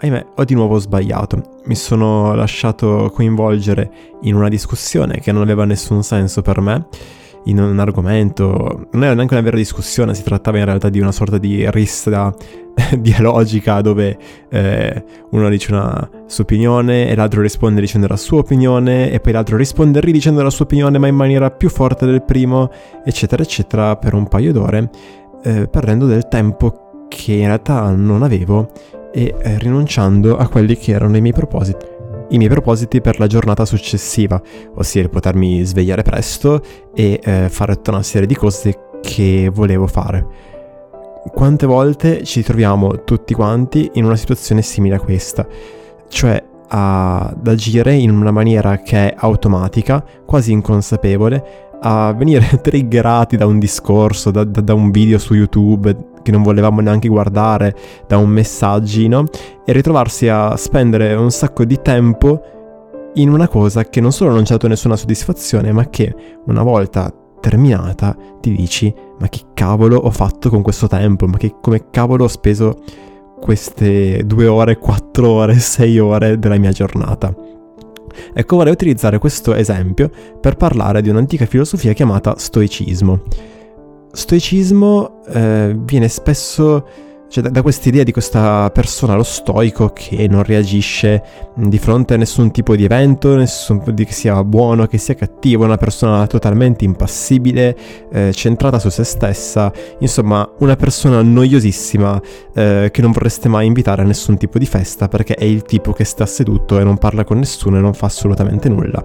ahimè, ho di nuovo sbagliato. Mi sono lasciato coinvolgere in una discussione che non aveva nessun senso per me, in un argomento, non era neanche una vera discussione, si trattava in realtà di una sorta di rissa dialogica dove uno dice una sua opinione e l'altro risponde dicendo la sua opinione e poi l'altro risponde ridicendo la sua opinione ma in maniera più forte del primo, eccetera eccetera, per un paio d'ore, perdendo del tempo che in realtà non avevo e rinunciando a quelli che erano i miei propositi per la giornata successiva, ossia il potermi svegliare presto e fare tutta una serie di cose che volevo fare. Quante volte ci troviamo tutti quanti in una situazione simile a questa, cioè ad agire in una maniera che è automatica, quasi inconsapevole, a venire triggerati da un discorso, da un video su YouTube che non volevamo neanche guardare, da un messaggino, e ritrovarsi a spendere un sacco di tempo in una cosa che non solo non ci ha dato nessuna soddisfazione, ma che una volta terminata ti dici: ma che cavolo ho fatto con questo tempo? Ma che come cavolo ho speso queste 2 ore, 4 ore, 6 ore della mia giornata? Ecco, vorrei utilizzare questo esempio per parlare di un'antica filosofia chiamata stoicismo. Stoicismo viene spesso, cioè, da quest'idea di questa persona, lo stoico, che non reagisce di fronte a nessun tipo di evento, che sia buono, che sia cattivo, una persona totalmente impassibile, centrata su se stessa, insomma una persona noiosissima che non vorreste mai invitare a nessun tipo di festa perché è il tipo che sta seduto e non parla con nessuno e non fa assolutamente nulla.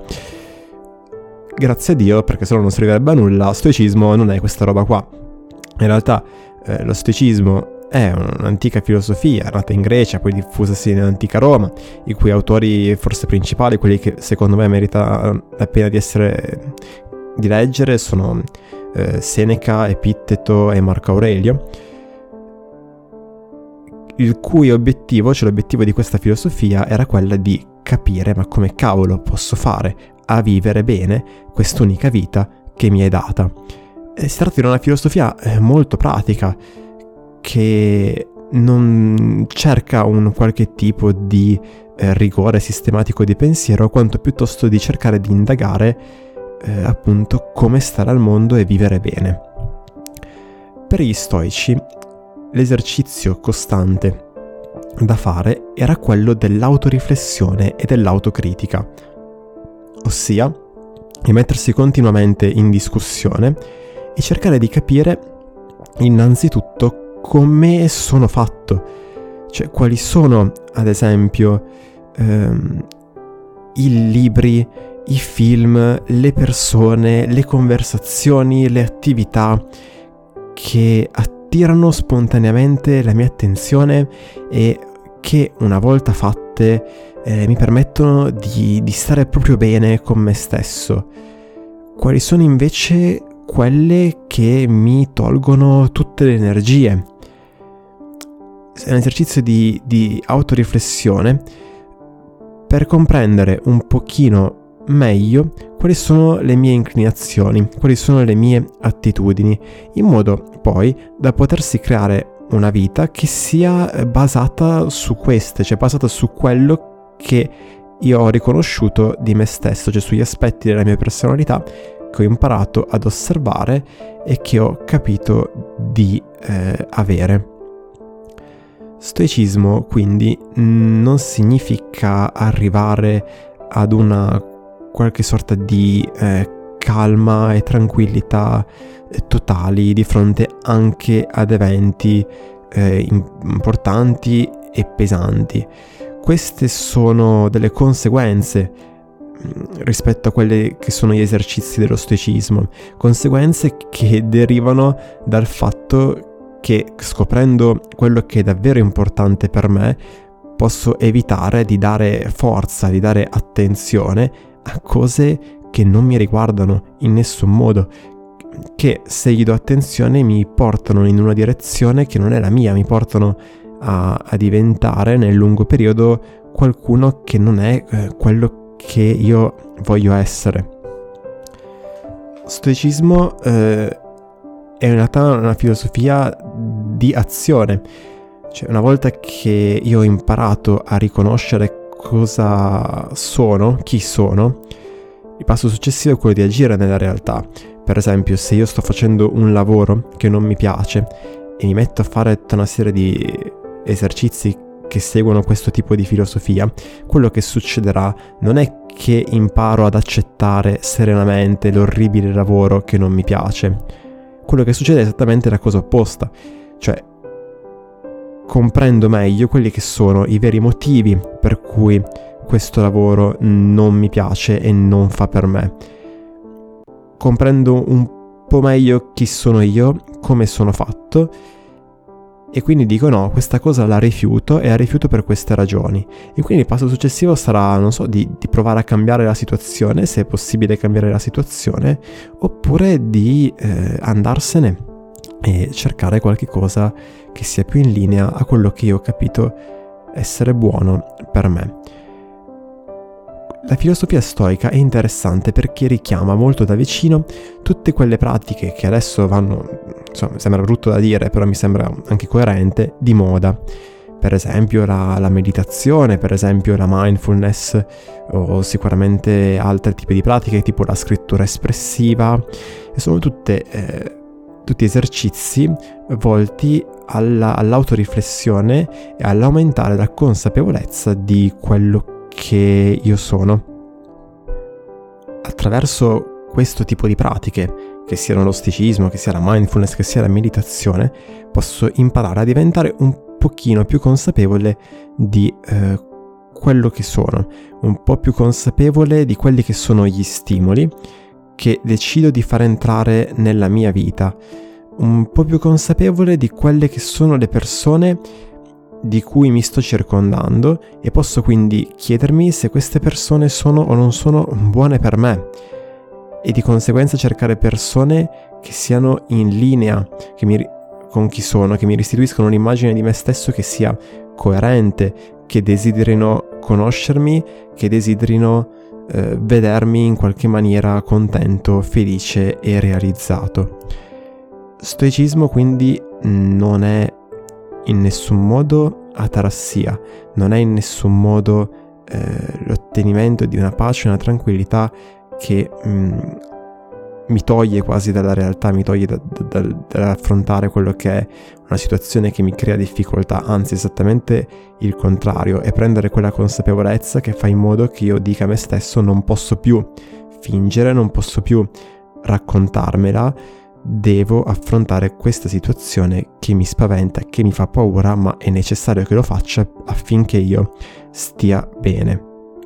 Grazie a Dio, perché se no non servirebbe a nulla. Stoicismo non è questa roba qua. In realtà lo stoicismo è un'antica filosofia nata in Grecia, poi diffusasi nell'antica Roma, i cui autori forse principali, quelli che secondo me merita la pena di leggere, sono Seneca, Epitteto e Marco Aurelio, il cui obiettivo, cioè l'obiettivo di questa filosofia, era quella di capire ma come cavolo posso fare a vivere bene quest'unica vita che mi è data. Si tratta di una filosofia molto pratica, che non cerca un qualche tipo di rigore sistematico di pensiero, quanto piuttosto di cercare di indagare appunto come stare al mondo e vivere bene. Per gli stoici l'esercizio costante da fare era quello dell'autoriflessione e dell'autocritica, ossia di mettersi continuamente in discussione e cercare di capire innanzitutto come sono fatto, cioè quali sono ad esempio i libri, i film, le persone, le conversazioni, le attività che attirano spontaneamente la mia attenzione e che una volta fatte mi permettono di stare proprio bene con me stesso. Quali sono invece quelle che mi tolgono tutte le energie? È un esercizio di autoriflessione per comprendere un pochino meglio quali sono le mie inclinazioni, quali sono le mie attitudini, in modo poi da potersi creare una vita che sia basata su queste, cioè basata su quello che io ho riconosciuto di me stesso, cioè sugli aspetti della mia personalità che ho imparato ad osservare e che ho capito di avere. Stoicismo quindi non significa arrivare ad una qualche sorta di calma e tranquillità totali di fronte anche ad eventi importanti e pesanti. Queste sono delle conseguenze rispetto a quelle che sono gli esercizi dello stoicismo, conseguenze che derivano dal fatto che, scoprendo quello che è davvero importante per me, posso evitare di dare forza, di dare attenzione a cose che non mi riguardano in nessun modo, che se gli do attenzione mi portano in una direzione che non è la mia, mi portano a diventare nel lungo periodo qualcuno che non è quello che io voglio essere. Stoicismo è in realtà una filosofia di azione, Cioè, una volta che io ho imparato a riconoscere cosa sono, chi sono, il passo successivo è quello di agire nella realtà. Per esempio, se io sto facendo un lavoro che non mi piace e mi metto a fare tutta una serie di esercizi che seguono questo tipo di filosofia, quello che succederà non è che imparo ad accettare serenamente l'orribile lavoro che non mi piace. Quello che succede è esattamente la cosa opposta, cioè comprendo meglio quelli che sono i veri motivi per cui questo lavoro non mi piace e non fa per me. Comprendo un po' meglio chi sono io, come sono fatto, e quindi dico no, questa cosa la rifiuto e la rifiuto per queste ragioni. E quindi il passo successivo sarà, non so, di provare a cambiare la situazione, se è possibile cambiare la situazione, oppure di andarsene e cercare qualche cosa che sia più in linea a quello che io ho capito essere buono per me. La filosofia stoica è interessante perché richiama molto da vicino tutte quelle pratiche che adesso vanno, insomma, sembra brutto da dire, però mi sembra anche coerente, di moda. Per esempio la meditazione, per esempio la mindfulness, o sicuramente altri tipi di pratiche tipo la scrittura espressiva, e sono tutti esercizi volti all'autoriflessione e all'aumentare la consapevolezza di quello che io sono. Attraverso questo tipo di pratiche, che siano lo stoicismo, che sia la mindfulness, che sia la meditazione, posso imparare a diventare un pochino più consapevole di quello che sono, un po' più consapevole di quelli che sono gli stimoli che decido di far entrare nella mia vita, un po' più consapevole di quelle che sono le persone di cui mi sto circondando, e posso quindi chiedermi se queste persone sono o non sono buone per me, e di conseguenza cercare persone che siano in linea con chi sono, che mi restituiscono un'immagine di me stesso che sia coerente, che desiderino conoscermi, che desiderino vedermi in qualche maniera contento, felice e realizzato. Stoicismo quindi non è in nessun modo atarassia, non è in nessun modo l'ottenimento di una pace, una tranquillità che mi toglie quasi dalla realtà, mi toglie dall'affrontare quello che è una situazione che mi crea difficoltà, anzi esattamente il contrario, è prendere quella consapevolezza che fa in modo che io dica a me stesso: non posso più fingere, non posso più raccontarmela, devo affrontare questa situazione che mi spaventa, che mi fa paura, ma è necessario che lo faccia affinché io stia bene.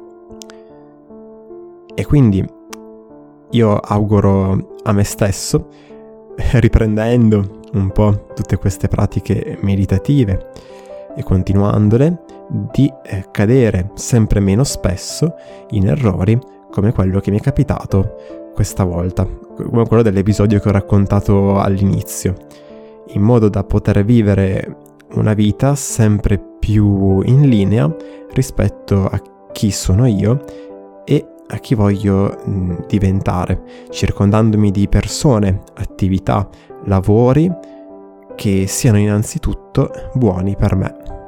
E quindi io auguro a me stesso, riprendendo un po' tutte queste pratiche meditative e continuandole, di cadere sempre meno spesso in errori come quello che mi è capitato questa volta, come quello dell'episodio che ho raccontato all'inizio, in modo da poter vivere una vita sempre più in linea rispetto a chi sono io e a chi voglio diventare, circondandomi di persone, attività, lavori che siano innanzitutto buoni per me.